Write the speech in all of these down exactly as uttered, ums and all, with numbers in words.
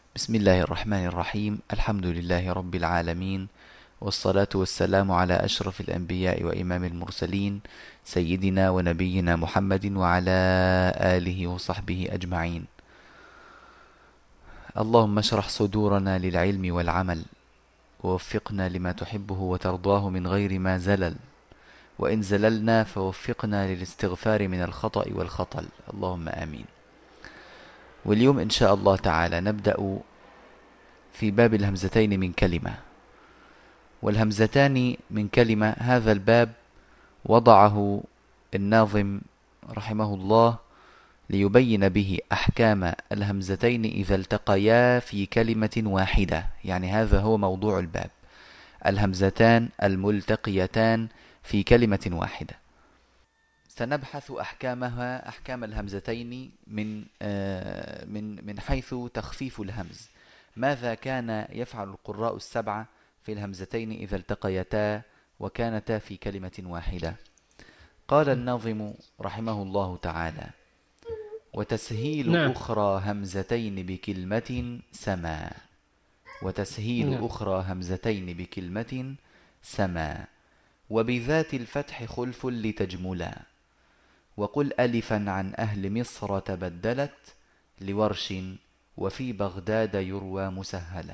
بسم الله الرحمن الرحيم. الحمد لله رب العالمين، والصلاة والسلام على أشرف الأنبياء وإمام المرسلين، سيدنا ونبينا محمد وعلى آله وصحبه أجمعين. اللهم اشرح صدورنا للعلم والعمل، ووفقنا لما تحبه وترضاه من غير ما زلل، وإن زللنا فوفقنا للاستغفار من الخطأ والخطل، اللهم آمين. واليوم إن شاء الله تعالى نبدأ في باب الهمزتين من كلمة. والهمزتان من كلمة، هذا الباب وضعه الناظم رحمه الله ليبين به أحكام الهمزتين إذا التقيا في كلمة واحدة. يعني هذا هو موضوع الباب، الهمزتان الملتقيتان في كلمة واحدة. سنبحث أحكامها، أحكام الهمزتين من آه من من حيث تخفيف الهمز. ماذا كان يفعل القراء السبعة في الهمزتين إذا التقيتا وكانتا في كلمة واحدة؟ قال الناظم رحمه الله تعالى: وتسهيل نعم. أخرى همزتين بكلمة سما. وتسهيل نعم. أخرى همزتين بكلمة سما، وبذات الفتح خلف لتجملا. وقل ألفا عن أهل مصر تبدلت لورش، وفي بغداد يروى مسهلا.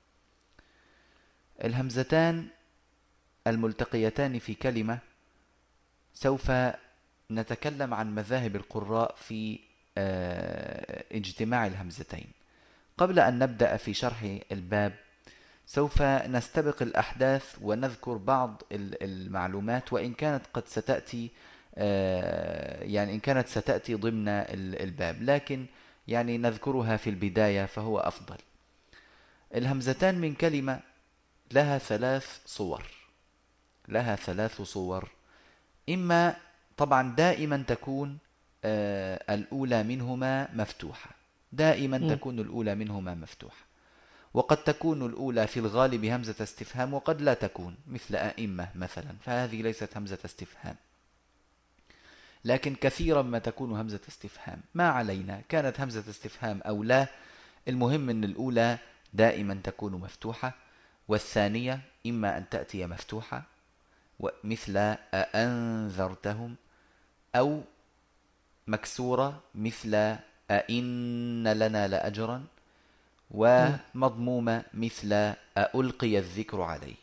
الهمزتان الملتقيتان في كلمة، سوف نتكلم عن مذاهب القراء في اجتماع الهمزتين. قبل أن نبدأ في شرح الباب سوف نستبق الأحداث ونذكر بعض المعلومات، وإن كانت قد ستأتي يعني إن كانت ستأتي ضمن الباب، لكن يعني نذكرها في البداية فهو أفضل. الهمزتان من كلمة لها ثلاث صور لها ثلاث صور إما طبعا دائما تكون الأولى منهما مفتوحة دائما م. تكون الأولى منهما مفتوحة وقد تكون الأولى في الغالب همزة استفهام، وقد لا تكون، مثل أئمة مثلا، فهذه ليست همزة استفهام، لكن كثيرا ما تكون همزة استفهام. ما علينا، كانت همزة استفهام أو لا، المهم أن الأولى دائما تكون مفتوحة، والثانية إما أن تأتي مفتوحة مثل أأنذرتهم، أو مكسورة مثل أئن لنا لأجرا، م. ومضمومة مثل ألقي الذكر عليه.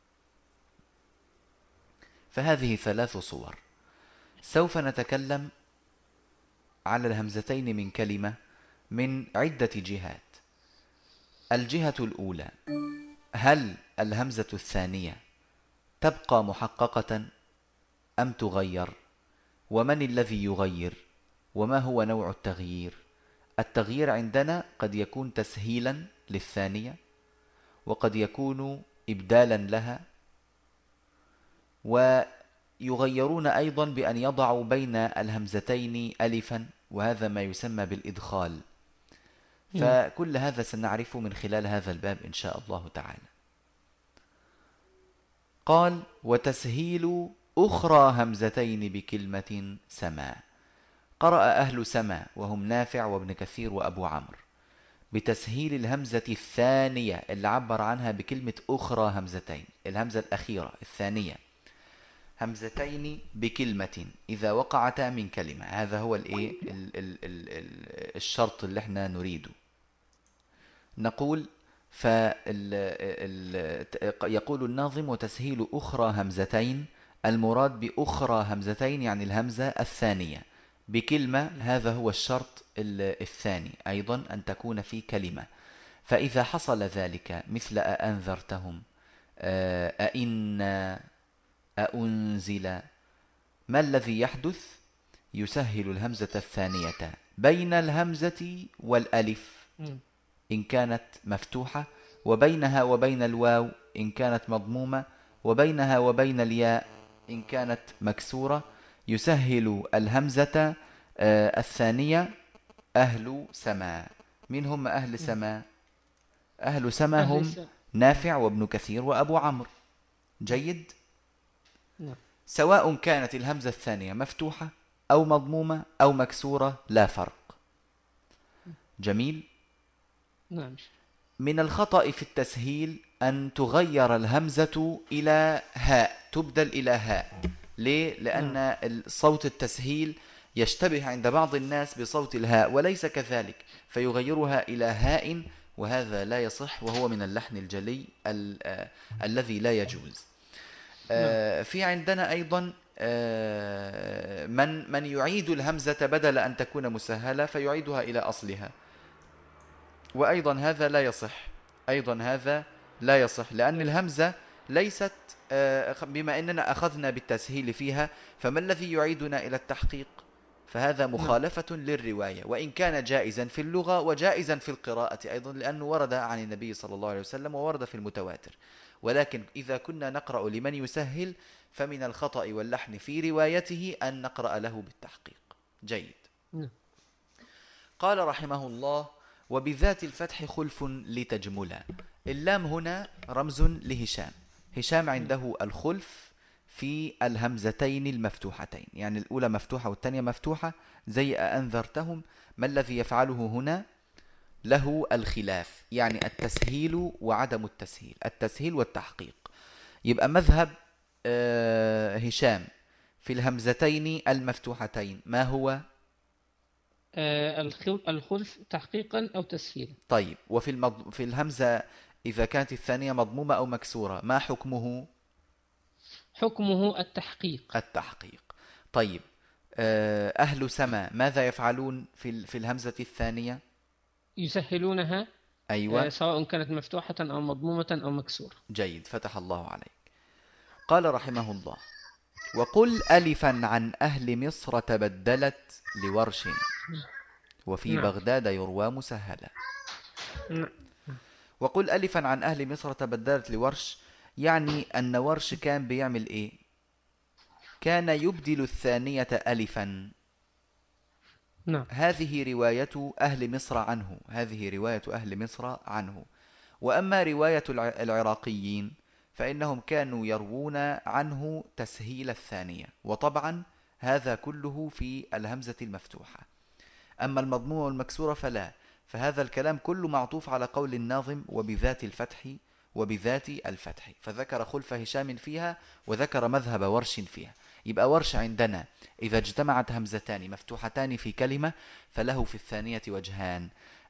فهذه ثلاث صور. سوف نتكلم على الهمزتين من كلمة من عدة جهات. الجهة الأولى: هل الهمزة الثانية تبقى محققة أم تغير؟ ومن الذي يغير؟ وما هو نوع التغيير؟ التغيير عندنا قد يكون تسهيلا للثانية، وقد يكون إبدالا لها، ويغيرون أيضا بأن يضعوا بين الهمزتين ألفا، وهذا ما يسمى بالإدخال. م. فكل هذا سنعرفه من خلال هذا الباب إن شاء الله تعالى. قال: وتسهيل أخرى همزتين بكلمة سما. قرأ أهل سما وهم نافع وابن كثير وأبو عمرو بتسهيل الهمزة الثانية اللي عبر عنها بكلمة أخرى همزتين، الهمزة الأخيرة الثانية، همزتين بكلمة إذا وقعتا من كلمة. هذا هو الإيه ال ال ال ال الشرط اللي احنا نريده. نقول يقول الناظم: وتسهيل أخرى همزتين، المراد بأخرى همزتين يعني الهمزة الثانية بكلمة، هذا هو الشرط الثاني أيضا، أن تكون في كلمة. فإذا حصل ذلك مثل أأنذرتهم، أئن، أأنزل، ما الذي يحدث؟ يسهل الهمزة الثانية بين الهمزة والألف م. إن كانت مفتوحة، وبينها وبين الواو إن كانت مضمومة، وبينها وبين الياء إن كانت مكسورة. يسهل الهمزة الثانية أهل سما. من هم أهل م. سما؟ أهل سما أهل هم السنة. نعم. نافع وابن كثير وأبو عمرو. جيد. نعم. سواء كانت الهمزة الثانية مفتوحة أو مضمومة أو مكسورة، لا فرق. جميل. نعم. من الخطأ في التسهيل أن تغير الهمزة إلى هاء، تبدل إلى هاء. ليه؟ لأن صوت التسهيل يشتبه عند بعض الناس بصوت الهاء وليس كذلك، فيغيرها إلى هاء، وهذا لا يصح، وهو من اللحن الجلي الذي لا يجوز. في عندنا أيضا من من يعيد الهمزة بدل أن تكون مسهلة فيعيدها إلى أصلها، وأيضا هذا لا يصح، أيضا هذا لا يصح، لأن الهمزة ليست، بما أننا أخذنا بالتسهيل فيها، فما الذي يعيدنا إلى التحقيق؟ فهذا مخالفة للرواية، وإن كان جائزا في اللغة وجائزا في القراءة أيضا، لأنه ورد عن النبي صلى الله عليه وسلم وورد في المتواتر. ولكن إذا كنا نقرأ لمن يسهل فمن الخطأ واللحن في روايته أن نقرأ له بالتحقيق. جيد. قال رحمه الله: وبذات الفتح خلف لتجملا. اللام هنا رمز لهشام. هشام عنده الخلف في الهمزتين المفتوحتين، يعني الأولى مفتوحة والثانية مفتوحة، زي أنذرتهم. ما الذي يفعله هنا؟ له الخلاف، يعني التسهيل وعدم التسهيل، التسهيل والتحقيق. يبقى مذهب هشام في الهمزتين المفتوحتين ما هو؟ الخلف تحقيقا أو تسهيلا. طيب، وفي المض... في الهمزة إذا كانت الثانية مضمومة أو مكسورة ما حكمه؟ حكمه التحقيق. التحقيق. طيب، أهل سما ماذا يفعلون في في الهمزة الثانية؟ يسهلونها. أيوة، سواء كانت مفتوحة أو مضمومة أو مكسورة. جيد، فتح الله عليك. قال رحمه الله: وقل ألفا عن أهل مصر تبدلت لورش، وفي نعم. بغداد يروى مسهلا. نعم. وقل ألفا عن أهل مصر تبدلت لورش، يعني أن ورش كان بيعمل إيه؟ كان يبدل الثانية ألفا. نعم. هذه رواية أهل مصر عنه، هذه رواية أهل مصر عنه. وأما رواية العراقيين فإنهم كانوا يروون عنه تسهيل الثانية، وطبعا هذا كله في الهمزة المفتوحة. أما المضمومة والمكسورة فلا، فهذا الكلام كله معطوف على قول الناظم: وبذات الفتح وبذات الفتح، فذكر خلف هشام فيها وذكر مذهب ورش فيها. يبقى ورش عندنا إذا اجتمعت همزتان مفتوحتان في كلمة فله في الثانية وجهان: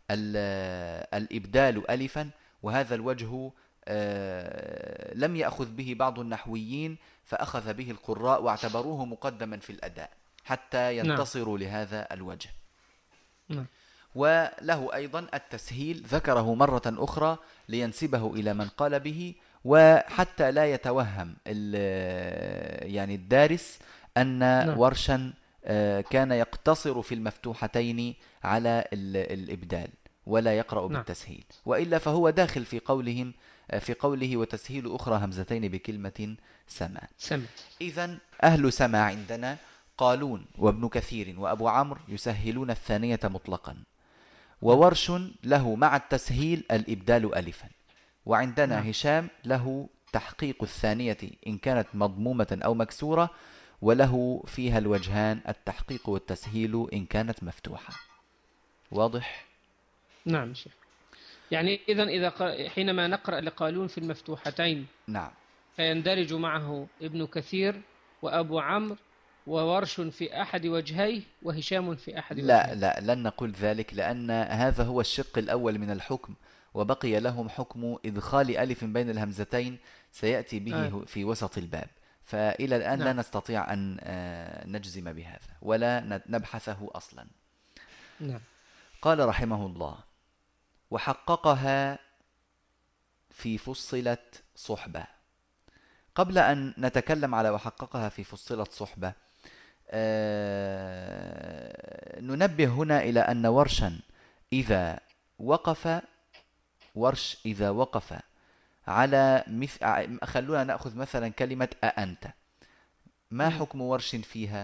الإبدال ألفا، وهذا الوجه لم يأخذ به بعض النحويين، فأخذ به القراء واعتبروه مقدما في الأداء حتى ينتصروا نعم. لهذا الوجه. نعم. وله أيضا التسهيل، ذكره مرة أخرى لينسبه إلى من قال به، وحتى لا يتوهم يعني الدارس أن نعم. ورشا كان يقتصر في المفتوحتين على الإبدال ولا يقرأ نعم. بالتسهيل، وإلا فهو داخل في قولهم في قوله: وتسهيل أخرى همزتين بكلمة سما. سما. إذن أهل سما عندنا قالون وابن كثير وأبو عمرو يسهلون الثانية مطلقا، وورش له مع التسهيل الإبدال ألفا، وعندنا نعم. هشام له تحقيق الثانية إن كانت مضمومة أو مكسورة، وله فيها الوجهان: التحقيق والتسهيل إن كانت مفتوحة. واضح؟ نعم شيخ. يعني إذن إذا حينما نقرأ لقالون في المفتوحتين نعم فيندرج معه ابن كثير وأبو عمرو وورش في أحد وجهيه وهشام في أحد وجهيه. لا لا لن نقول ذلك، لأن هذا هو الشق الأول من الحكم، وبقي لهم حكم إدخال ألف بين الهمزتين سيأتي به آه. في وسط الباب، فإلى الآن نعم. لا نستطيع أن نجزم بهذا ولا نبحثه أصلا. نعم. قال رحمه الله: وحققها في فصلت صحبة. قبل أن نتكلم على وحققها في فصلت صحبة، آه ننبه هنا إلى أن ورشا إذا وقف ورش إذا وقف على مثل، خلونا نأخذ مثلا كلمة أأنت، ما حكم ورش فيها؟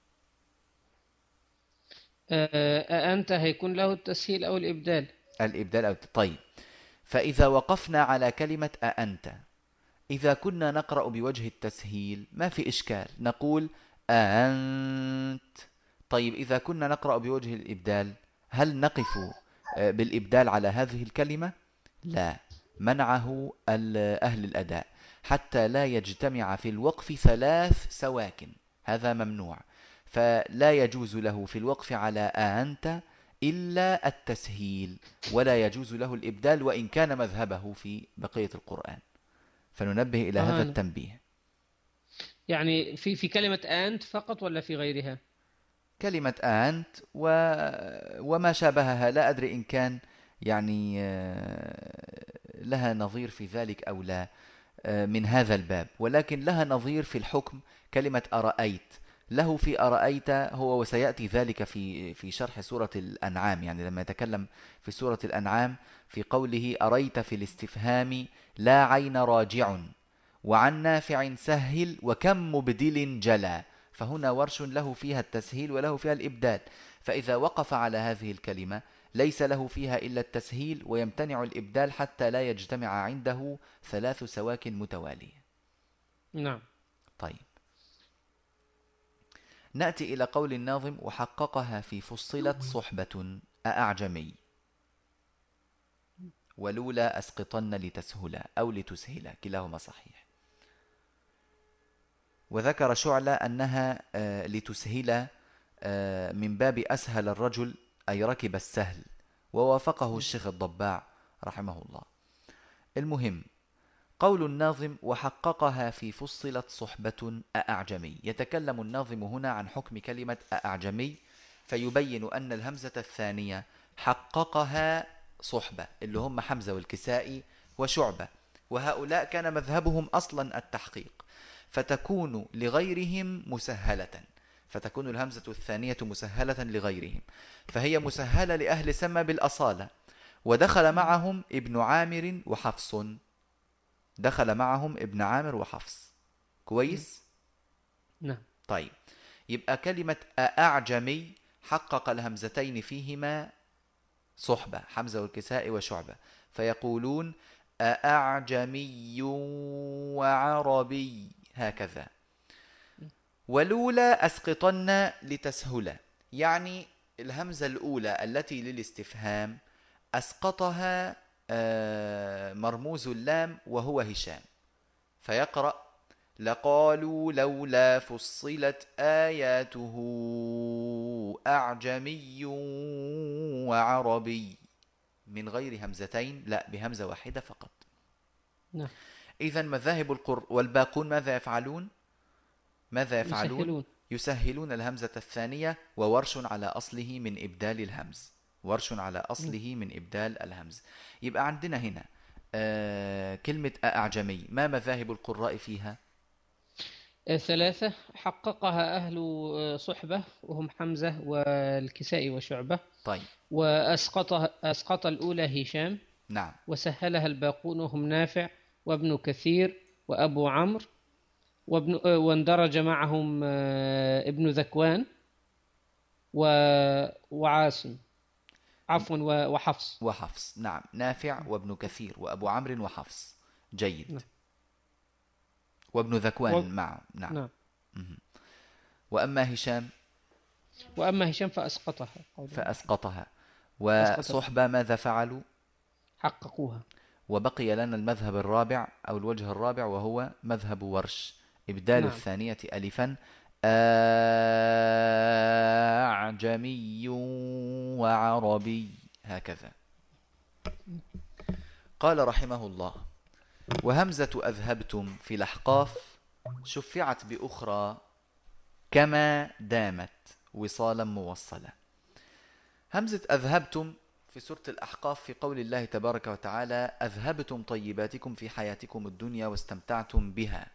أأنت هيكون له التسهيل أو الإبدال. الإبدال أو طيب، فإذا وقفنا على كلمة أأنت، إذا كنا نقرأ بوجه التسهيل ما في إشكال، نقول أنت. طيب إذا كنا نقرأ بوجه الإبدال هل نقف بالإبدال على هذه الكلمة؟ لا، منعه أهل الأداء حتى لا يجتمع في الوقف ثلاث سواكن، هذا ممنوع. فلا يجوز له في الوقف على أنت إلا التسهيل، ولا يجوز له الإبدال وإن كان مذهبه في بقية القرآن. فننبه إلى هذا أهانا. التنبيه. يعني في في كلمة أنت فقط ولا في غيرها؟ كلمة أنت و... وما شابهها، لا أدري إن كان يعني لها نظير في ذلك أو لا من هذا الباب، ولكن لها نظير في الحكم كلمة أرأيت. له في أرأيت هو، وسيأتي ذلك في في شرح سورة الأنعام، يعني لما يتكلم في سورة الأنعام في قوله أريت في الاستفهام لا عين راجع وعن نافع سهل وكم مبدل جلا. فهنا ورش له فيها التسهيل وله فيها الإبدال، فإذا وقف على هذه الكلمة ليس له فيها إلا التسهيل ويمتنع الإبدال حتى لا يجتمع عنده ثلاث سواكن متوالية. نعم. طيب، نأتي إلى قول الناظم وحققها في فصلت صحبة أأعجمي ولولا أسقطن لتسهلا أو لتسهلا، كلاهما صحيح. وذكر شعلة أنها لتسهلا من باب أسهل الرجل أي ركب السهل، ووافقه الشيخ الضباع رحمه الله. المهم، قول الناظم وحققها في فصلت صحبة أأعجمي، يتكلم الناظم هنا عن حكم كلمة أأعجمي، فيبين أن الهمزة الثانية حققها صحبة اللي هم حمزة والكسائي وشعبة، وهؤلاء كان مذهبهم أصلا التحقيق، فتكون لغيرهم مسهلة، فتكون الهمزة الثانية مسهلة لغيرهم، فهي مسهلة لأهل سما بالأصالة. ودخل معهم ابن عامر وحفص، دخل معهم ابن عامر وحفص. كويس؟ نعم. طيب، يبقى كلمة أعجمي حقق الهمزتين فيهما صحبة، حمزة والكساء وشعبة، فيقولون أعجمي وعربي، هكذا. ولولا أسقطن لتسهلا، يعني الهمزة الأولى التي للاستفهام أسقطها مرموز اللام وهو هشام، فيقرأ لقالوا لولا فصلت آياته أعجمي وعربي، من غير همزتين، لا بهمزة واحدة فقط. نعم. إذن مذاهب القر والباقون ماذا يفعلون؟ ماذا يفعلون؟ يسهلون. يسهلون الهمزة الثانية، وورش على أصله من إبدال الهمز، ورش على أصله من إبدال الهمز. يبقى عندنا هنا آه كلمة أعجمي، ما مذاهب القراء فيها؟ ثلاثة حققها أهل صحبة وهم حمزة والكسائي وشعبة. طيب. وأسقطها أسقط الأولى هشام. نعم. وسهلها الباقون وهم نافع وابن كثير وأبو عمرو وابن واندرج معهم ابن ذكوان وعاصم، عفوا وحفص. وحفص، نعم، نافع وابن كثير وأبو عمرو وحفص، جيد. نعم. وابن ذكوان و... معه، نعم. نعم. وأما هشام وأما هشام فأسقطها فأسقطها. وصحبة ماذا فعلوا؟ حققوها. وبقي لنا المذهب الرابع أو الوجه الرابع، وهو مذهب ورش، إبدال نعم. الثانية ألفا أعجمي وعربي، هكذا. قال رحمه الله وهمزة أذهبتم في الأحقاف شفعت بأخرى كما دامت وصالا موصلا. همزة أذهبتم في سورة الأحقاف في قول الله تبارك وتعالى أذهبتم طيباتكم في حياتكم الدنيا واستمتعتم بها،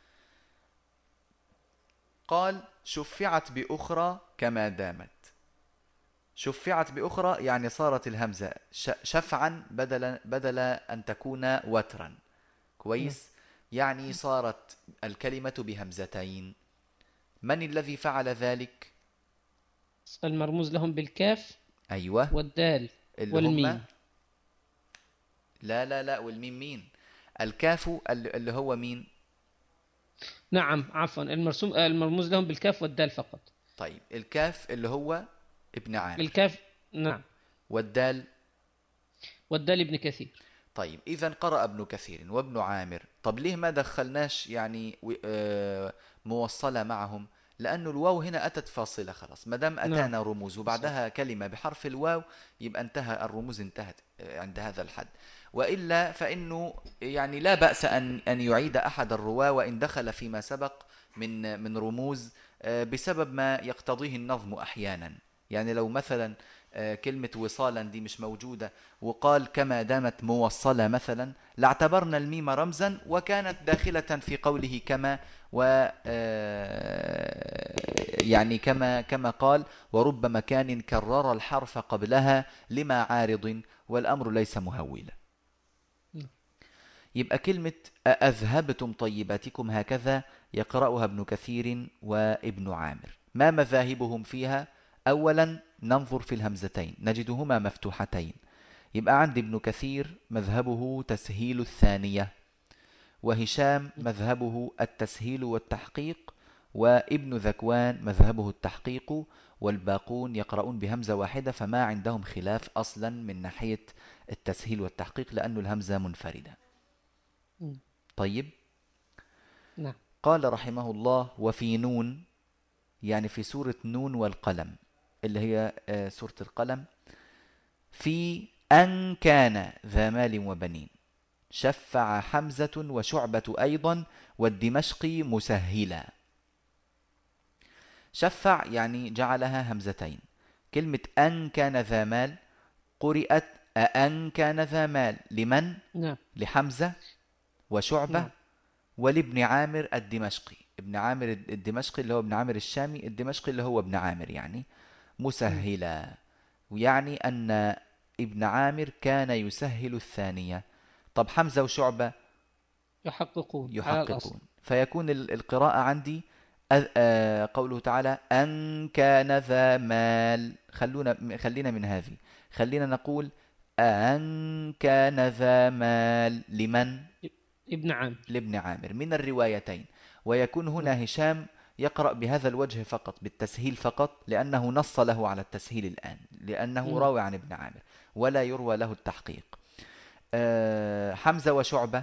قال شفعت بأخرى كما دامت. شفعت بأخرى يعني صارت الهمزة شفعا بدل, بدل أن تكون وترا. كويس؟ يعني صارت الكلمة بهمزتين. من الذي فعل ذلك؟ المرموز لهم بالكاف أيوة والدال والميم. لا لا لا، والميم مين؟ الكاف اللي هو مين؟ نعم عفوا، المرسوم المرموز لهم بالكاف والدال فقط. طيب، الكاف اللي هو ابن عامر. الكاف نعم. والدال؟ والدال ابن كثير. طيب إذا قرأ ابن كثير وابن عامر، طب ليه ما دخلناش يعني و- آه، موصلة معهم؟ لأنه الواو هنا أتت فاصلة خلاص، ما دام نعم أتانا رموز صح. وبعدها كلمة بحرف الواو يبقى انتهى، الرموز انتهت آه، عند هذا الحد. وإلا فإنه يعني لا بأس أن أن يعيد أحد الرواة وإن دخل فيما سبق من من رموز آه، بسبب ما يقتضيه النظم أحيانا. يعني لو مثلا آه، كلمة وصالا دي مش موجودة وقال كما دامت موصلة مثلا، لاعتبرنا الميم رمزا وكانت داخلة في قوله كما، و آه، يعني كما كما قال ورب مكان كرر الحرف قبلها لما عارض والأمر ليس مهولا. نعم. يبقى كلمة أذهبتم طيباتكم هكذا يقرأها ابن كثير وابن عامر. ما مذاهبهم فيها؟ أولا ننظر في الهمزتين نجدهما مفتوحتين، يبقى عند ابن كثير مذهبه تسهيل الثانية، وهشام مذهبه التسهيل والتحقيق، وابن ذكوان مذهبه التحقيق، والباقون يقرؤون بهمزة واحدة، فما عندهم خلاف أصلا من ناحية التسهيل والتحقيق لأن الهمزة منفردة. مم. طيب، نعم. قال رحمه الله وفي نون، يعني في سورة نون والقلم اللي هي آه، سورة القلم، في أن كان ذا مال وبنين شفع حمزة وشعبة أيضا والدمشقي مسهلا. شفع يعني جعلها همزتين. كلمة أن كان ذا مال قرئت أأن كان ذا مال لمن؟ نعم. لحمزة وشعبة نعم. ولابن عامر الدمشقي. ابن عامر الدمشقي اللي هو ابن عامر الشامي، الدمشقي اللي هو ابن عامر يعني مم. مسهلا، ويعني أن ابن عامر كان يسهل الثانية. طب حمزة وشعبة يحققون على الأصل. يحققون، فيكون ال- القراءة عندي أذ- آه، قوله تعالى أن كان ذا مال. خلونا خلينا من هذه، خلينا نقول أن كان ذا مال لمن؟ ابن عامر. لابن عامر من الروايتين. ويكون نعم. هنا هشام يقرأ بهذا الوجه فقط بالتسهيل فقط، لأنه نص له على التسهيل الآن لأنه نعم. راوي عن ابن عامر ولا يروى له التحقيق. آه، حمزة وشعبة.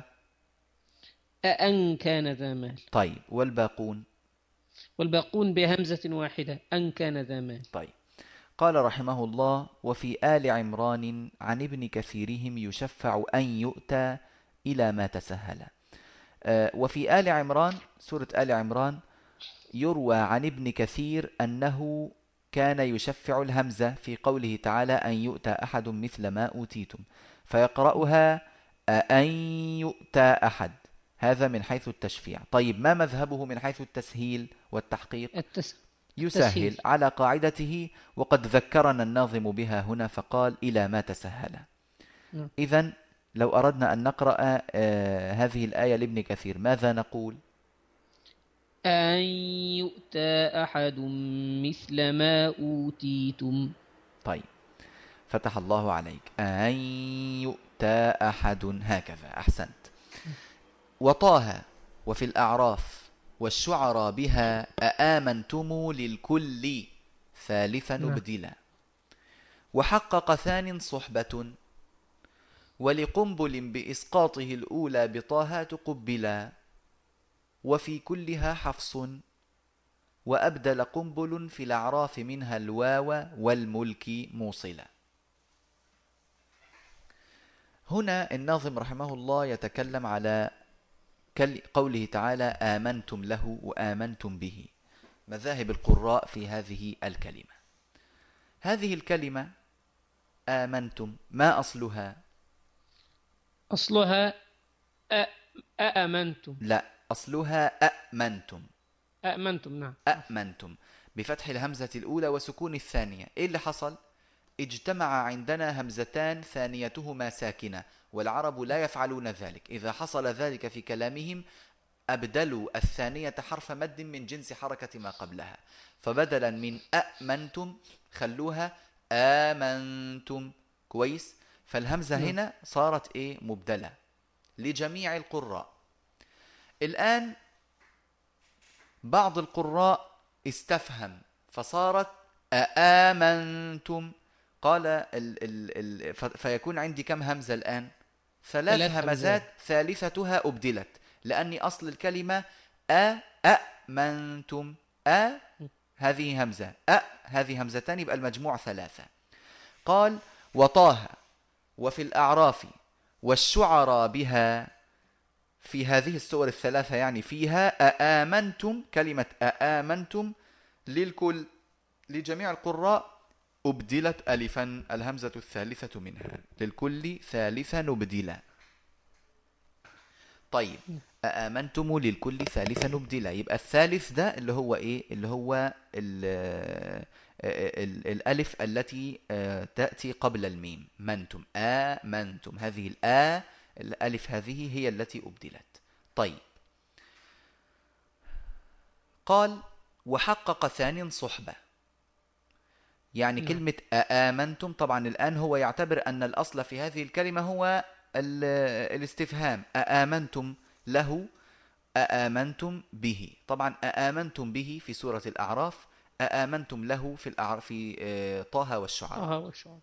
أأن كان ذا مال. طيب والباقون؟ والباقون بهمزة واحدة أن كان ذا مال. طيب، قال رحمه الله وفي آل عمران عن ابن كثيرهم يشفع أن يؤتى إلى ما تسهل. آه، وفي آل عمران سورة آل عمران يروى عن ابن كثير أنه كان يشفع الهمزة في قوله تعالى أن يؤتى أحد مثل ما أوتيتم، فيقرأها أن يؤتى أحد، هذا من حيث التشفيع. طيب ما مذهبه من حيث التسهيل والتحقيق؟ التس... يسهل التسهيل. على قاعدته، وقد ذكرنا الناظم بها هنا فقال إلى ما تسهل. نعم. إذن لو أردنا أن نقرأ آه هذه الآية لابن كثير ماذا نقول؟ أن يؤتى أحد مثل ما أوتيتم. طيب، فتح الله عليك، أن يؤتى أحد هكذا، أحسنت. وطه وفي الأعراف والشعراء بها أآمنتم للكل ثالثا نعم. نبدلا. وحقق ثان صحبة ولقنبل بإسقاطه الأولى بطه تقبلا. وفي كلها حفص وأبدل قنبل في الأعراف منها الواو والملك موصلا. هنا الناظم رحمه الله يتكلم على قوله تعالى آمنتم له وآمنتم به، مذاهب القراء في هذه الكلمة. هذه الكلمة آمنتم ما أصلها؟ أصلها أ... أأمنتم. لا، أصلها أأمنتم. أأمنتم. نعم. أأمنتم بفتح الهمزة الأولى وسكون الثانية. إيه اللي حصل؟ اجتمع عندنا همزتان ثانيتهما ساكنة، والعرب لا يفعلون ذلك. إذا حصل ذلك في كلامهم أبدلوا الثانية حرف مد من جنس حركة ما قبلها، فبدلا من أأمنتم خلوها آمنتم. كويس؟ فالهمزة نعم. هنا صارت إيه؟ مبدلة لجميع القراء. الآن بعض القراء استفهم فصارت أآمنتم، قال ال ال ال فيكون عندي كم همزة الآن؟ ثلاث ثلاث همزات همزات. ثالثتها أبدلت، لأني أصل الكلمة أ أأمنتم، أ هذه همزة، أ هذه همزتان، يبقى المجموع ثلاثة. قال وطه وفي الأعراف والشعراء بها، في هذه السور الثلاثة يعني فيها أآمنتم، كلمة أآمنتم للكل لجميع القراء أبدلت ألفا، الهمزة الثالثة منها، للكل ثالثا أبدلا. طيب أآمنتم للكل ثالثا أبدلا، يبقى الثالث ده اللي هو إيه؟ اللي هو ال ال الألف التي تأتي قبل الميم، منتم، آمنتم، هذه الآ الألف هذه هي التي أبدلت. طيب قال وحقق ثاني صحبة، يعني نعم. كلمة آمنتم، طبعا الآن هو يعتبر أن الأصل في هذه الكلمة هو الاستفهام، آمنتم له، آمنتم به. طبعا آمنتم به في سورة الأعراف، آمنتم له في الأعراف في طه والشعراء. طه والشعراء.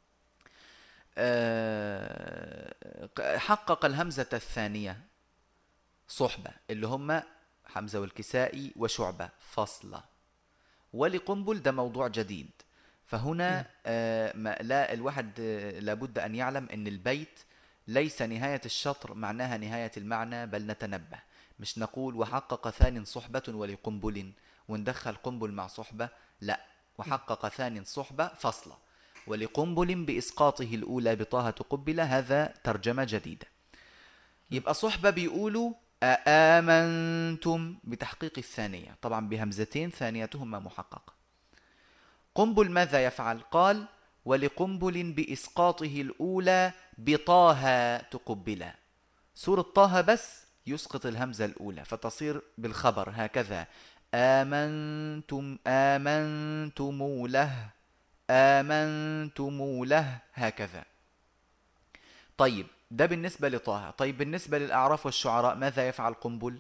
حقق الهمزة الثانية صحبة، اللي هم حمزة والكسائي وشعبة فصلة. ولقنبل ده موضوع جديد، فهنا آه ما لا الواحد آه لابد أن يعلم أن البيت ليس نهاية الشطر معناها نهاية المعنى، بل نتنبه، مش نقول وحقق ثان صحبة ولقنبل وندخل قنبل مع صحبة، لا، وحقق ثان صحبة فصلة، ولقنبل بإسقاطه الأولى بطه تقبل، هذا ترجمة جديدة. يبقى صحبة بيقولوا آمنتم بتحقيق الثانية، طبعا بهمزتين ثانيتهما محققة. قنبل ماذا يفعل؟ قال ولقنبل بإسقاطه الأولى بطه تقبلا، سورة طه بس يسقط الهمزة الأولى فتصير بالخبر هكذا آمنتم آمنتم له آمنتم له، هكذا. طيب ده بالنسبة لطه. طيب بالنسبة للأعراف والشعراء ماذا يفعل قنبل؟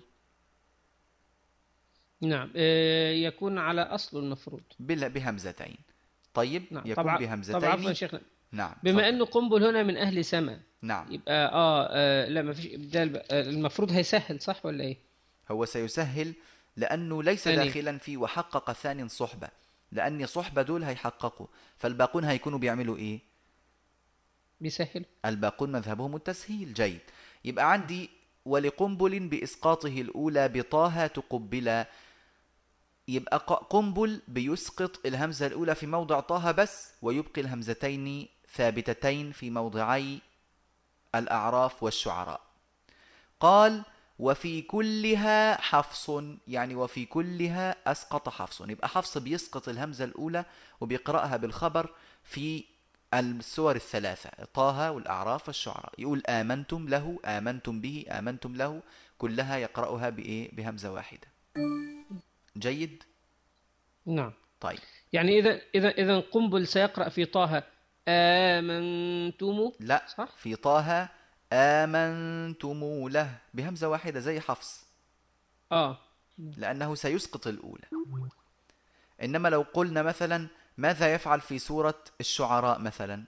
نعم يكون على أصل المفروض بهمزتين. طيب نعم. يكون طبعا بهمزتين. طبعا عفوا شيخنا، نعم بما تفضل. انه قنبل هنا من اهل سما، نعم يبقى آه, اه لا ما فيش ابدال، المفروض هيسهل صح ولا ايه؟ هو سيسهل لأنه ليس ثاني داخلا في وحقق ثاني صحبة، لأن صحبة دول هيحققوا، فالباقون هيكونوا بيعملوا إيه؟ بيسهل. الباقون مذهبهم التسهيل. جيد. يبقى عندي ولقنبل بإسقاطه الأولى بطه تقبلا، يبقى قنبل بيسقط الهمزة الأولى في موضع طه بس، ويبقي الهمزتين ثابتتين في موضعي الأعراف والشعراء. قال وفي كلها حفص، يعني وفي كلها أسقط حفص، يبقى حفص بيسقط الهمزة الأولى وبيقرأها بالخبر في السور الثلاثة، طه والأعراف والشعراء، يقول آمنتم له، آمنتم به، آمنتم له، كلها يقرأها بإيه؟ بهمزة واحدة. جيد. نعم. طيب يعني إذا إذا إذا قنبل سيقرأ في طه آمنتم، لا، صح؟ في طه آمنتم له بهمزة واحدة زي حفص، آه لأنه سيسقط الأولى. إنما لو قلنا مثلا ماذا يفعل في سورة الشعراء مثلا؟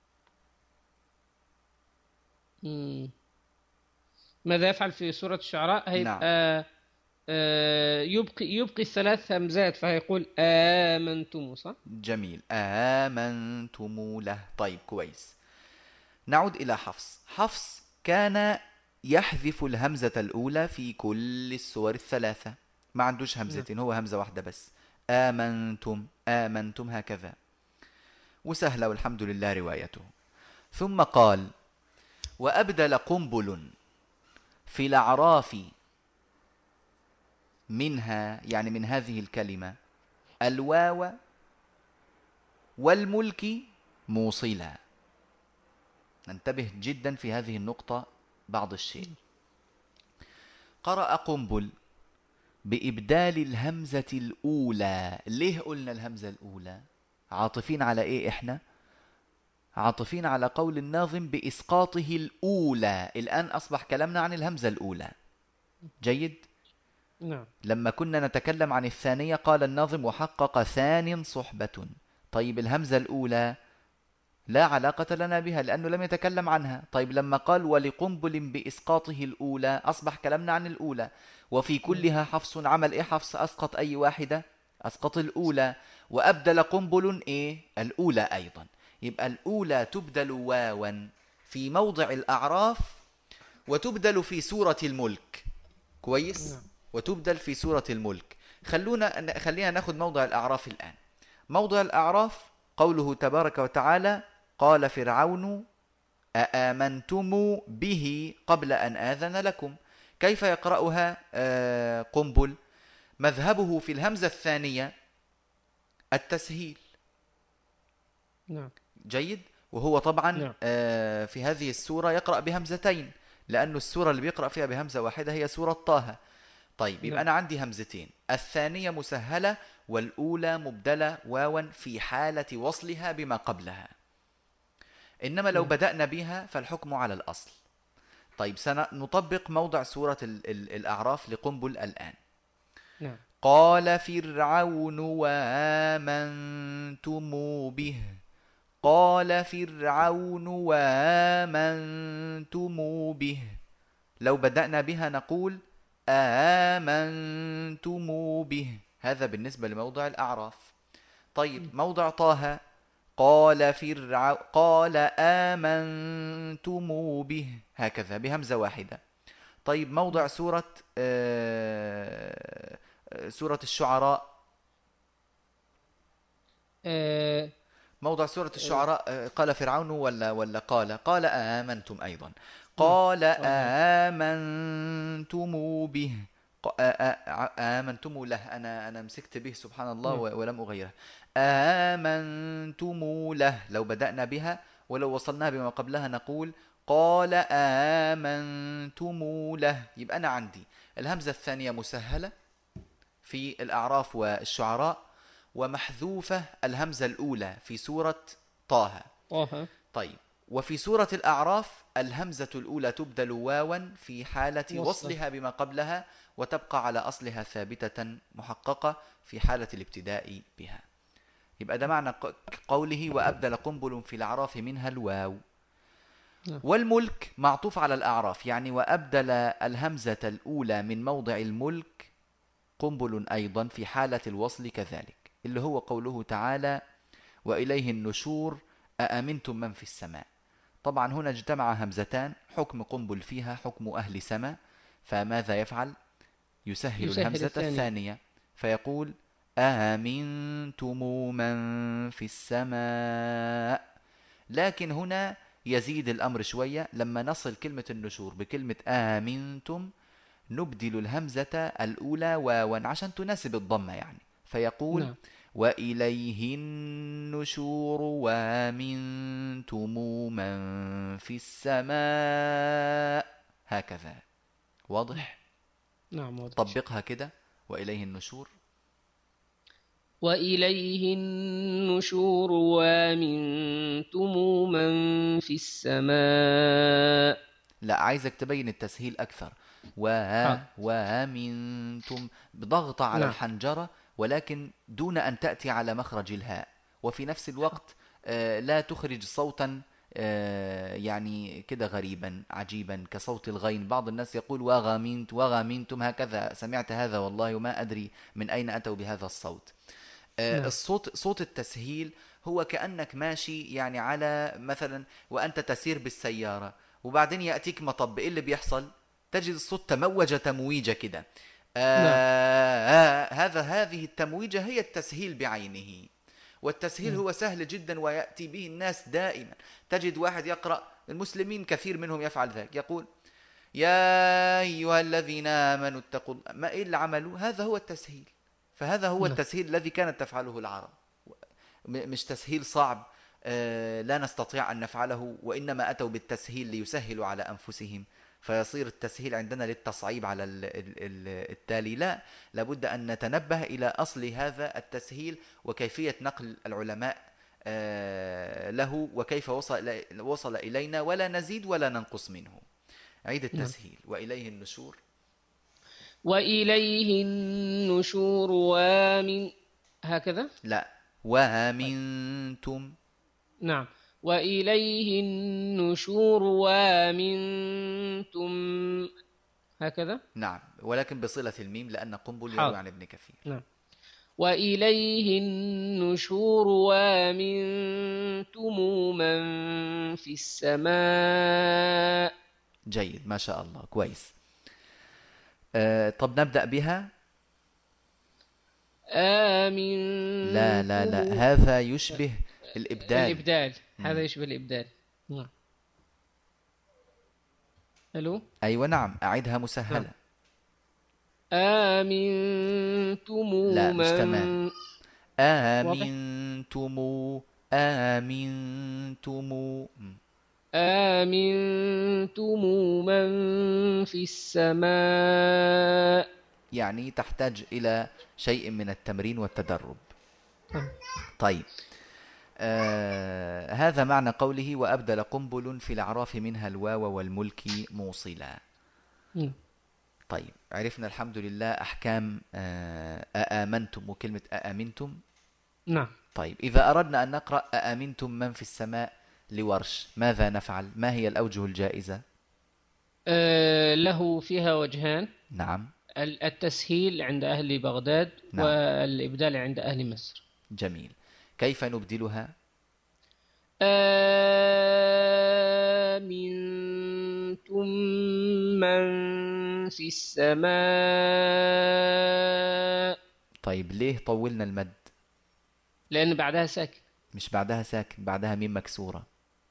مم. ماذا يفعل في سورة الشعراء؟ نعم هيبقى آه يبقي يبقي الثلاث همزات، فهيقول آمنتم، صح؟ جميل، آمنتم له. طيب كويس. نعود إلى حفص. حفص كان يحذف الهمزة الأولى في كل السور الثلاثة، ما عندوش همزتين، هو همزة واحدة بس، آمنتم آمنتم، هكذا، وسهلة والحمد لله روايته. ثم قال وأبدل قنبل في الأعراف منها، يعني من هذه الكلمة، الواو والملك موصلا. ننتبه جدا في هذه النقطة بعض الشيء. قرأ قنبل بإبدال الهمزة الأولى. ليه قلنا الهمزة الأولى؟ عاطفين على إيه إحنا؟ عاطفين على قول الناظم بإسقاطه الأولى. الآن أصبح كلامنا عن الهمزة الأولى. جيد؟ نعم. لما كنا نتكلم عن الثانية قال الناظم وحقق ثان صحبة. طيب الهمزة الأولى لا علاقة لنا بها لأنه لم يتكلم عنها. طيب لما قال ولقنبل بإسقاطه الأولى أصبح كلامنا عن الأولى. وفي نعم. كلها حفص عمل إيه؟ حفص أسقط أي واحدة؟ أسقط الأولى. وأبدل قنبل إيه؟ الأولى أيضا. يبقى الأولى تبدل واوا في موضع الأعراف، وتبدل في سورة الملك. كويس. نعم. وتبدل في سورة الملك. خلونا خلينا ناخذ موضع الأعراف الآن. موضع الأعراف قوله تبارك وتعالى قال فرعون أآمنتم به قبل أن آذن لكم. كيف يقرأها آه قنبل؟ مذهبه في الهمزة الثانية التسهيل. نعم. جيد. وهو طبعا نعم. آه في هذه السورة يقرأ بهمزتين، لأن السورة اللي بيقرأ فيها بهمزة واحدة هي سورة طه. طيب يبقى نعم. أنا عندي همزتين، الثانية مسهلة والأولى مبدلة واوا في حالة وصلها بما قبلها. إنما لو نعم. بدأنا بها فالحكم على الأصل. طيب سنطبق موضع سورة ال- ال- الأعراف لقنبل الآن. نعم. قال فرعون وآمنتم به. قال فرعون وآمنتم به. لو بدأنا بها نقول آمنتم به. هذا بالنسبة لموضع الأعراف. طيب موضع طه قال فرع قال آمنتم به، هكذا بهمزة واحدة. طيب موضع سورة آه، آه، سورة الشعراء. آه موضع سورة آه الشعراء آه، قال فرعون ولا ولا قال قال آمنتم أيضا. نعم. قال قال. آمنتم به. ق- آ- آ- آمنتم له. أنا أنا مسكت به سبحان الله نعم. و- ولم أغيره. آمنتم له لو بدأنا بها، ولو وصلناها بما قبلها نقول قال آمنتم له. يبقى أنا عندي الهمزة الثانية مسهلة في الأعراف والشعراء، ومحذوفة الهمزة الأولى في سورة طه. طه. طيب وفي سورة الأعراف الهمزة الأولى تبدل واوا في حالة وصلا. وصلها بما قبلها، وتبقى على أصلها ثابتة محققة في حالة الابتداء بها. يبقى ده معنى ق- قوله وأبدل قنبل في الأعراف منها الواو. نعم. والملك معطوف على الأعراف، يعني وأبدل الهمزة الأولى من موضع الملك قنبل أيضا في حالة الوصل كذلك، اللي هو قوله تعالى وإليه النشور أأمنتم من في السماء. طبعا هنا اجتمع همزتان، حكم قنبل فيها حكم أهل سماء، فماذا يفعل؟ يسهل يسهل الهمزة الثانية. الثانية فيقول أأمنتم من في السماء. لكن هنا يزيد الأمر شوية، لما نصل كلمة النشور بكلمة آمنتم نبدل الهمزة الأولى واوا عشان تناسب الضمة يعني، فيقول نعم. وإليه النشور وامنتم من في السماء. هكذا. واضح؟ نعم. واضح. طبقها كده. وإليه النشور. وإليه النشور وامنتم من في السماء. لا، عايزك تبين التسهيل أكثر. و حاضر. ومنتم بضغط على نعم. الحنجرة، ولكن دون أن تأتي على مخرج الهاء، وفي نفس الوقت آه، لا تخرج صوتا آه، يعني كده غريبا عجيبا كصوت الغين. بعض الناس يقول وغامنت وغامنتم هكذا، سمعت هذا والله وما أدري من أين أتوا بهذا الصوت. آه، نعم. الصوت صوت التسهيل هو كأنك ماشي يعني على مثلا وأنت تسير بالسيارة، وبعدين يأتيك مطب، إيه اللي بيحصل؟ تجد الصوت تموج تمويجة كده. نعم. آه آه هذا هذه التمويجة هي التسهيل بعينه. والتسهيل نعم. هو سهل جدا ويأتي به الناس دائما. تجد واحد يقرأ، المسلمين كثير منهم يفعل ذلك، يقول يا أيها الذين آمنوا اتقوا الله. ما إيه اللي عملوا؟ هذا هو التسهيل. فهذا هو نعم. التسهيل الذي كانت تفعله العرب، م- مش تسهيل صعب آه، لا نستطيع أن نفعله، وإنما أتوا بالتسهيل ليسهلوا على أنفسهم، فيصير التسهيل عندنا للتصعيب على ال- ال- ال- التالي. لا، لابد أن نتنبه إلى أصل هذا التسهيل وكيفية نقل العلماء آه، له، وكيف وصل وصل إلينا، ولا نزيد ولا ننقص منه. عيد نعم. التسهيل وإليه النشور. وإليه النشور وامن هكذا. لا، طيب. وامنتم. نعم. وإليه النشور وأمنتم هكذا. نعم، ولكن بصلة الميم لأن قنبل يروي حاضر. عن ابن كثير. نعم. وإليه النشور وأمنتم من في السماء. جيد، ما شاء الله، كويس. آه طب نبدأ بها. لا لا لا، آمنتم. هذا يشبه الإبدال. الإبدال، هذا مم. يشبه الإبدال. نعم. ألو. أيوة نعم، أعدها نعم. مسهلة. آمنتم لا مش تمام. من. واضح. آمنتم. آمنتم. مم. آمنتم من في السماء. يعني تحتاج إلى شيء من التمرين والتدرب. نعم. طيب، آه هذا معنى قوله وأبدل قنبل في الأعراف منها الواو والملك موصلا. نعم. طيب، عرفنا الحمد لله أحكام آه أآمنتم وكلمة أآمنتم. نعم. طيب، إذا أردنا أن نقرأ أآمنتم من في السماء لورش ماذا نفعل؟ ما هي الأوجه الجائزة؟ آه له فيها وجهان. نعم. التسهيل عند أهل بغداد نعم. والإبدال عند أهل مصر. جميل. كيف نبدلها؟ آمنتم من في السماء. طيب، ليه طولنا المد؟ لأن بعدها ساكن. مش بعدها ساكن، بعدها ميم مكسورة.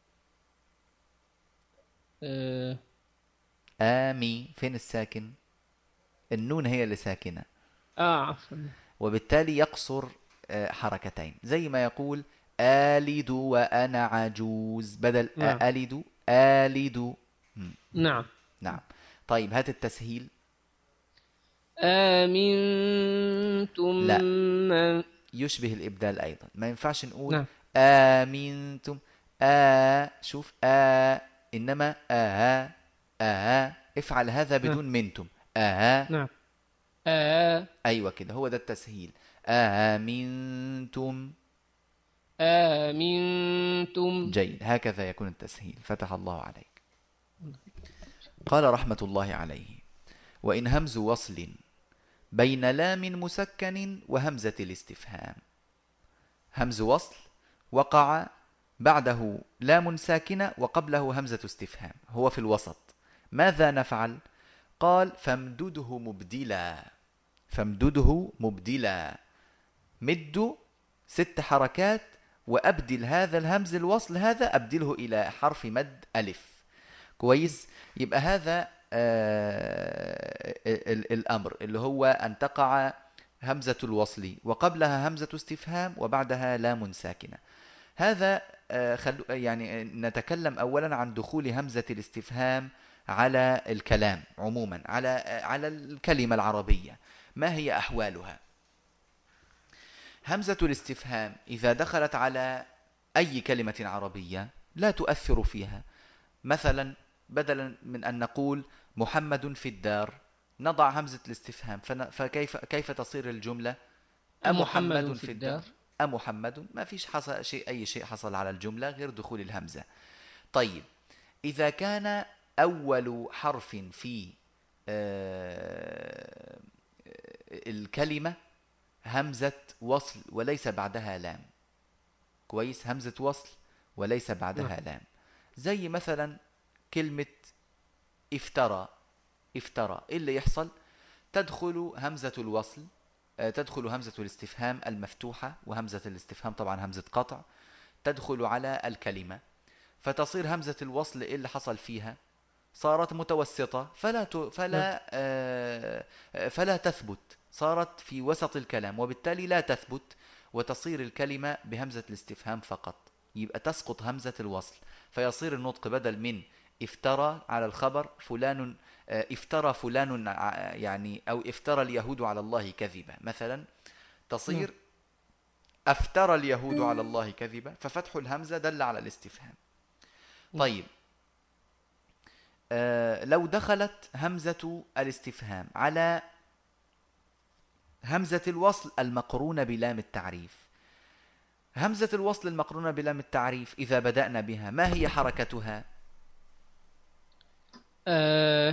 آه. آمي، فين الساكن؟ النون هي اللي ساكنة، آه عفوا. وبالتالي يقصر آه، حركتين، زي ما يقول آلد وأنا عجوز بدل نعم. آلد آلد. مم. نعم. نعم. طيب، هات التسهيل. آمنتم لا، من. يشبه الإبدال أيضا، ما ينفعش نقول نعم. آمنتم. آ شوف آ، إنما آ آ افعل هذا نعم. بدون منتم. آ. نعم. آه. أيوة كده، هو ده التسهيل. آمنتم. آمنتم. جيد، هكذا يكون التسهيل. فتح الله عليك. قال رحمة الله عليه: وإن همز وصل بين لام مسكن وهمزة الاستفهام. همز وصل وقع بعده لام ساكنة وقبله همزة استفهام، هو في الوسط، ماذا نفعل؟ قال: فامدده مبدلا. فامدده مبدلا، مد ست حركات، وأبدل هذا الهمز الوصل هذا أبدله إلى حرف مد ألف. كويس. يبقى هذا آه ال- الأمر اللي هو أن تقع همزة الوصل وقبلها همزة استفهام وبعدها لام ساكنة. هذا آه خلو يعني نتكلم أولا عن دخول همزة الاستفهام على الكلام عموما، على آه على الكلمة العربية. ما هي أحوالها؟ همزة الاستفهام إذا دخلت على أي كلمة عربية لا تؤثر فيها. مثلا، بدلا من أن نقول محمد في الدار نضع همزة الاستفهام، فكيف كيف تصير الجملة؟ أمحمد محمد في في الدار. الدار. أمحمد، ما فيش حصل شيء، أي شيء حصل على الجملة غير دخول الهمزة. طيب، إذا كان أول حرف في آه الكلمة همزة وصل وليس بعدها لام. كويس، همزة وصل وليس نعم. بعدها لام، زي مثلا كلمة افترى. افترى، إيه اللي يحصل؟ تدخل همزة الوصل آه، تدخل همزة الاستفهام المفتوحة، وهمزة الاستفهام طبعا همزة قطع، تدخل على الكلمة، فتصير همزة الوصل إيه اللي حصل فيها؟ صارت متوسطة، فلا ت... نعم. فلا آه، فلا تثبت، صارت في وسط الكلام، وبالتالي لا تثبت، وتصير الكلمة بهمزة الاستفهام فقط. يبقى تسقط همزة الوصل، فيصير النطق بدل من افترى على الخبر فلان آه، افترى فلان ع- يعني أو افترى اليهود على الله كذبا مثلا، نعم. تصير افترى اليهود على الله كذبا، ففتح الهمزة دل على الاستفهام. نعم. طيب، آه، لو دخلت همزة الاستفهام على همزة الوصل المقرونة بلام التعريف، همزة الوصل المقرونة بلام التعريف إذا بدأنا بها ما هي حركتها آه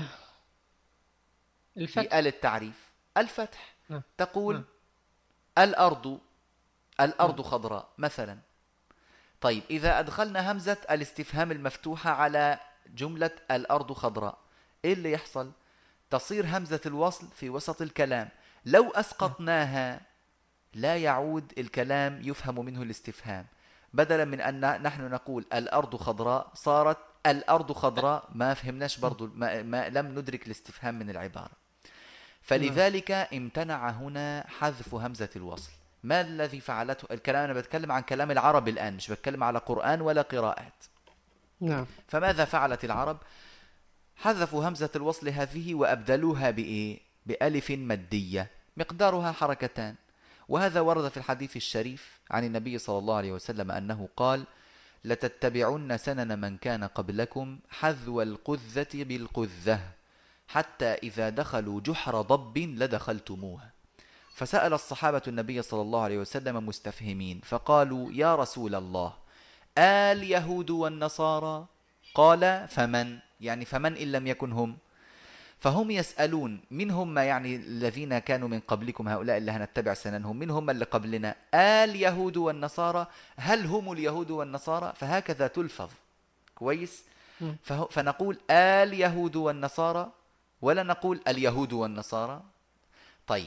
في آل الفتح. التعريف؟ الفتح. نعم. تقول نعم. الأرض، نعم. الأرض خضراء مثلا. طيب إذا أدخلنا همزة الاستفهام المفتوحة على جملة الأرض خضراء، إيه اللي يحصل؟ تصير همزة الوصل في وسط الكلام، لو نعم. أسقطناها لا يعود الكلام يفهم منه الاستفهام. بدلا من أن نحن نقول الأرض خضراء صارت الأرض خضراء، ما فهمناش برضو، ما, ما لم ندرك الاستفهام من العبارة. نعم. فلذلك امتنع هنا حذف همزة الوصل. ما الذي فعلته الكلام؟ أنا بتكلم عن كلام العرب الآن، مش بتكلم على قرآن ولا قراءات. نعم. فماذا فعلت العرب؟ حذفوا همزة الوصل هذه وأبدلوها بإيه؟ بألف مادية مقدارها حركتان. وهذا ورد في الحديث الشريف عن النبي صلى الله عليه وسلم أنه قال: لتتبعن سنن من كان قبلكم حذو القذة بالقذة حتى إذا دخلوا جحر ضب لدخلتموها. فسأل الصحابة النبي صلى الله عليه وسلم مستفهمين فقالوا: يا رسول الله، اليهود والنصارى؟ قال: فمن؟ يعني فمن إن لم يكن هم؟ فهم يسألون من هم، يعني الذين كانوا من قبلكم هؤلاء اللي هنتبع سننهم، من هم اللي قبلنا؟ اليهود والنصارى، هل هم اليهود والنصارى؟ فهكذا تلفظ كويس. نعم. فه- فنقول اليهود والنصارى ولا نقول اليهود والنصارى. طيب،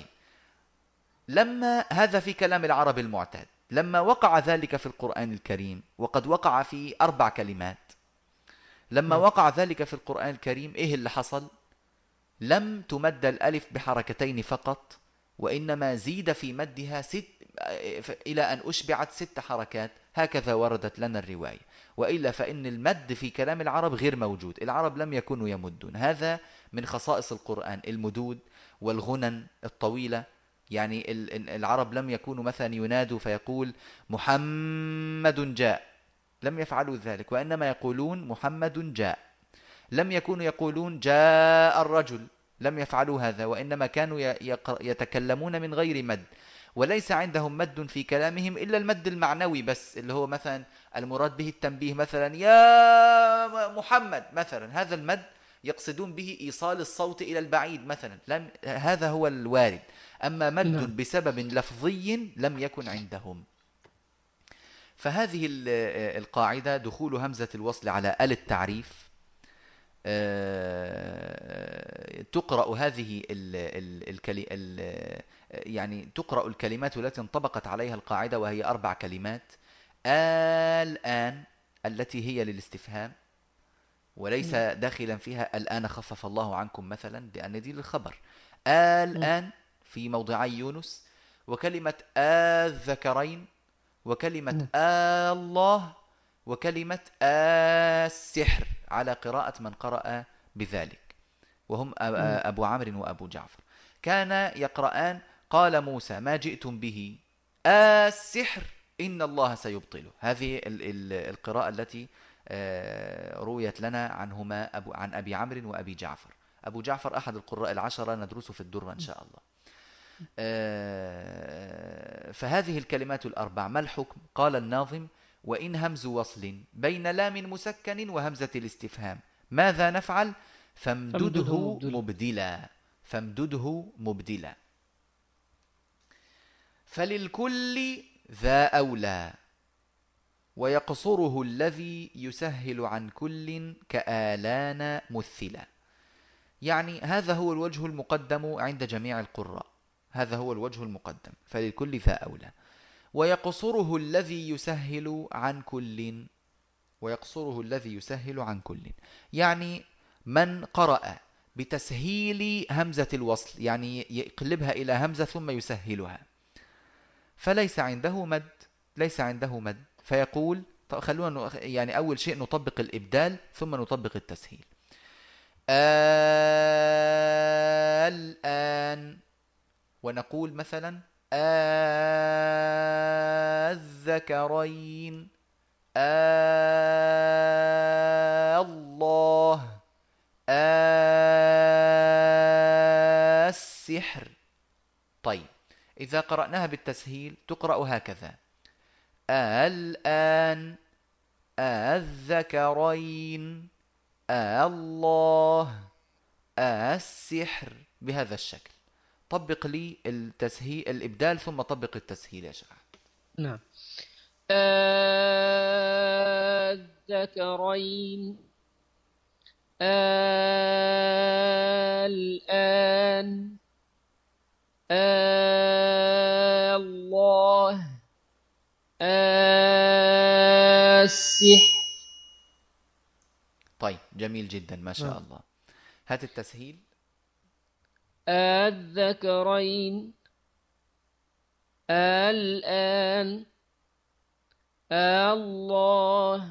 لما هذا في كلام العرب المعتاد، لما وقع ذلك في القرآن الكريم، وقد وقع في أربع كلمات، لما نعم. وقع ذلك في القرآن الكريم إيه اللي حصل؟ لم تمد الألف بحركتين فقط، وإنما زيد في مدها ست إلى أن أشبعت ست حركات، هكذا وردت لنا الرواية. وإلا فإن المد في كلام العرب غير موجود، العرب لم يكونوا يمدون. هذا من خصائص القرآن، المدود والغنن الطويلة. يعني العرب لم يكونوا مثلا ينادوا فيقول محمد جاء، لم يفعلوا ذلك، وإنما يقولون محمد جاء. لم يكونوا يقولون جاء الرجل، لم يفعلوا هذا، وإنما كانوا يتكلمون من غير مد. وليس عندهم مد في كلامهم إلا المد المعنوي بس، اللي هو مثلا المراد به التنبيه، مثلا يا محمد مثلا، هذا المد يقصدون به إيصال الصوت إلى البعيد مثلا، لم هذا هو الوارد. أما نعم. مد بسبب لفظي لم يكن عندهم. فهذه القاعدة، دخول همزة الوصل على ال التعريف، تقرأ هذه ال ال الكلي ال يعني تقرأ الكلمات التي انطبقت عليها القاعدة، وهي أربع كلمات: الآن التي هي للاستفهام، وليس نعم. داخلا فيها الآن خفف الله عنكم مثلا، لأن دي للخبر. نعم. الآن في موضعي يونس، وكلمة الذكرين، وكلمة نعم. الله، وكلمة السحر على قراءة من قرأ بذلك، وهم نعم. أبو عمرو وأبو جعفر. كان يقرآن: قال موسى ما جئتم به السحر إن الله سيبطله. هذه القراءة التي رويت لنا عنهما أبو عن أبي عمرو وأبي جعفر. أبو جعفر أحد القراء العشرة، ندرسه في الدرة إن شاء الله. فهذه الكلمات الأربع ما الحكم؟ قال الناظم: وإن همز وصل بين لام مسكن وهمزة الاستفهام ماذا نفعل؟ فامدده فامدده مبدلا. مبدلا. فامدده مبدلا. فللكل ذا أولى، ويقصره الذي يسهل عن كل كآلان مثلا. يعني هذا هو الوجه المقدم عند جميع القراء، هذا هو الوجه المقدم، فللكل ذا أولى. ويقصره الذي يسهل عن كل، ويقصره الذي يسهل عن كل، يعني من قرأ بتسهيل همزة الوصل، يعني يقلبها إلى همزة ثم يسهلها، فليس عنده مد، ليس عنده مد، فيقول خلونا يعني أول شيء نطبق الإبدال ثم نطبق التسهيل. الآن، ونقول مثلا الذكرين، الله، السحر. طيب، إذا قرأناها بالتسهيل تقرأ هكذا: الآن، الذكرين، الله، السحر، بهذا الشكل. طبق لي التسهيل الإبدال ثم طبق التسهيل يا شيخ. نعم. الذكرين، الآن، الله، السحر. طيب جميل جدا ما شاء نعم. الله. هات التسهيل. الذكرين، الآن، الله،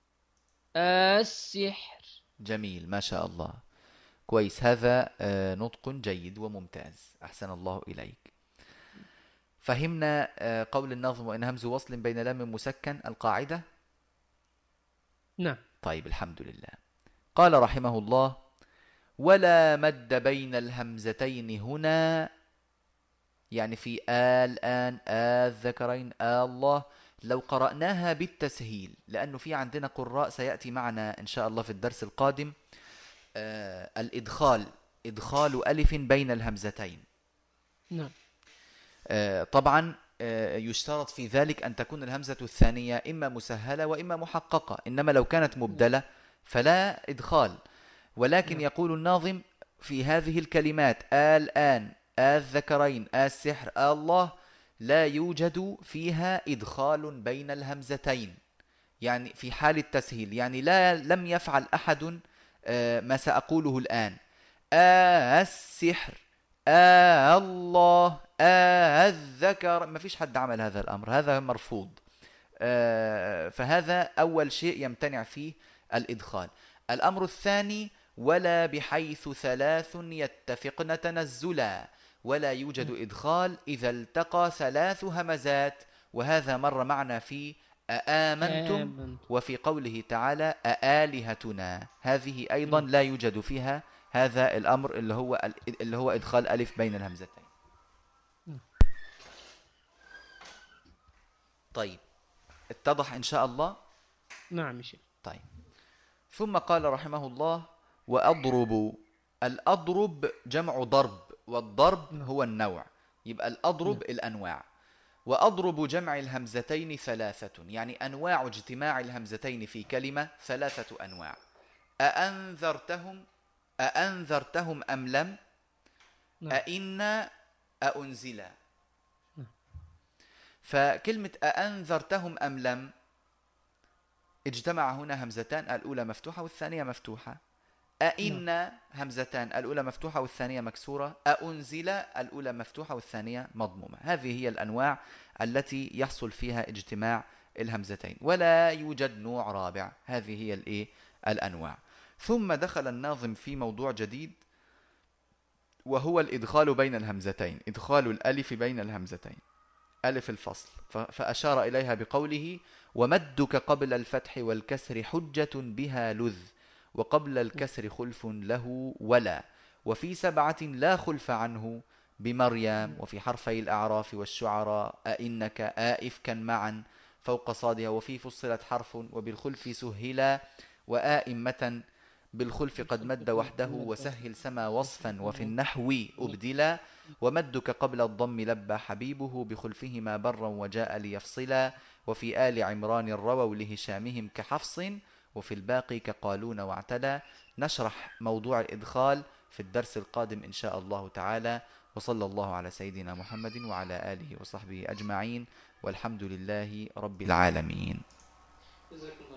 السحر. جميل ما شاء الله، كويس. هذا آه، نطق جيد وممتاز، أحسن الله إليك. فهمنا آه، قول الناظم وإن همز وصل بين لام مسكن القاعدة. نعم. طيب الحمد لله. قال رحمه الله: ولا مد بين الهمزتين هنا، يعني في الآن، الذكرين، الله. لو قرأناها بالتسهيل، لأنه في عندنا قراء سيأتي معنا إن شاء الله في الدرس القادم آه الإدخال، إدخال ألف بين الهمزتين. نعم. آه طبعا آه يشترط في ذلك أن تكون الهمزة الثانية إما مسهلة وإما محققة، إنما لو كانت مبدلة فلا إدخال. ولكن نعم. يقول الناظم في هذه الكلمات الآن، الذكرين، السحر، الله، لا يوجد فيها إدخال بين الهمزتين، يعني في حال التسهيل، يعني لا لم يفعل أحد آه، ما سأقوله الآن. آه السحر، آه الله، آه الذكر، ما فيش حد عمل هذا الأمر، هذا مرفوض. آه، فهذا أول شيء يمتنع فيه الإدخال. الأمر الثاني: ولا بحيث ثلاث يتفقن تنزلا، ولا يوجد إدخال إذا التقى ثلاث همزات، وهذا مر معنا في أآمنتم آمنت. وفي قوله تعالى أآلهتنا، هذه أيضا لا يوجد فيها هذا الأمر اللي هو اللي هو إدخال ألف بين الهمزتين. طيب اتضح إن شاء الله؟ نعم يا شيخ. طيب. ثم قال رحمه الله: وأضرب. الأضرب جمع ضرب، والضرب هو النوع، يبقى الأضرب الأنواع. وأضرب جمع الهمزتين ثلاثة، يعني أنواع اجتماع الهمزتين في كلمة ثلاثة أنواع. أأنذرتهم، أأنذرتهم أم لم، أئنا، أأنزلا. فكلمة أأنذرتهم أم لم اجتمع هنا همزتان، الأولى مفتوحة والثانية مفتوحة. أئنا همزتان، الأولى مفتوحة والثانية مكسورة. أأنزل، الأولى مفتوحة والثانية مضمومة. هذه هي الأنواع التي يحصل فيها اجتماع الهمزتين، ولا يوجد نوع رابع. هذه هي الإيه؟ الأنواع. ثم دخل الناظم في موضوع جديد، وهو الإدخال بين الهمزتين، إدخال الألف بين الهمزتين، ألف الفصل. فأشار إليها بقوله: ومدك قبل الفتح والكسر حجة بها لذ، وقبل الكسر خلف له ولا، وفي سبعة لا خلف عنه بمريم، وفي حرفي الأعراف والشعراء أئنك آئفكا معا فوق صادها، وفي فصلت حرف وبالخلف سهلا، وآئمة بالخلف قد مد وحده وسهل سما وصفا، وفي النحو أبدلا، ومدك قبل الضم لبى حبيبه بخلفهما برا وجاء ليفصلا، وفي آل عمران رووا لهشامهم كحفص، وفي الباقي كقالون واعتلى. نشرح موضوع الإدخال في الدرس القادم إن شاء الله تعالى، وصلى الله على سيدنا محمد وعلى آله وصحبه أجمعين، والحمد لله رب العالمين.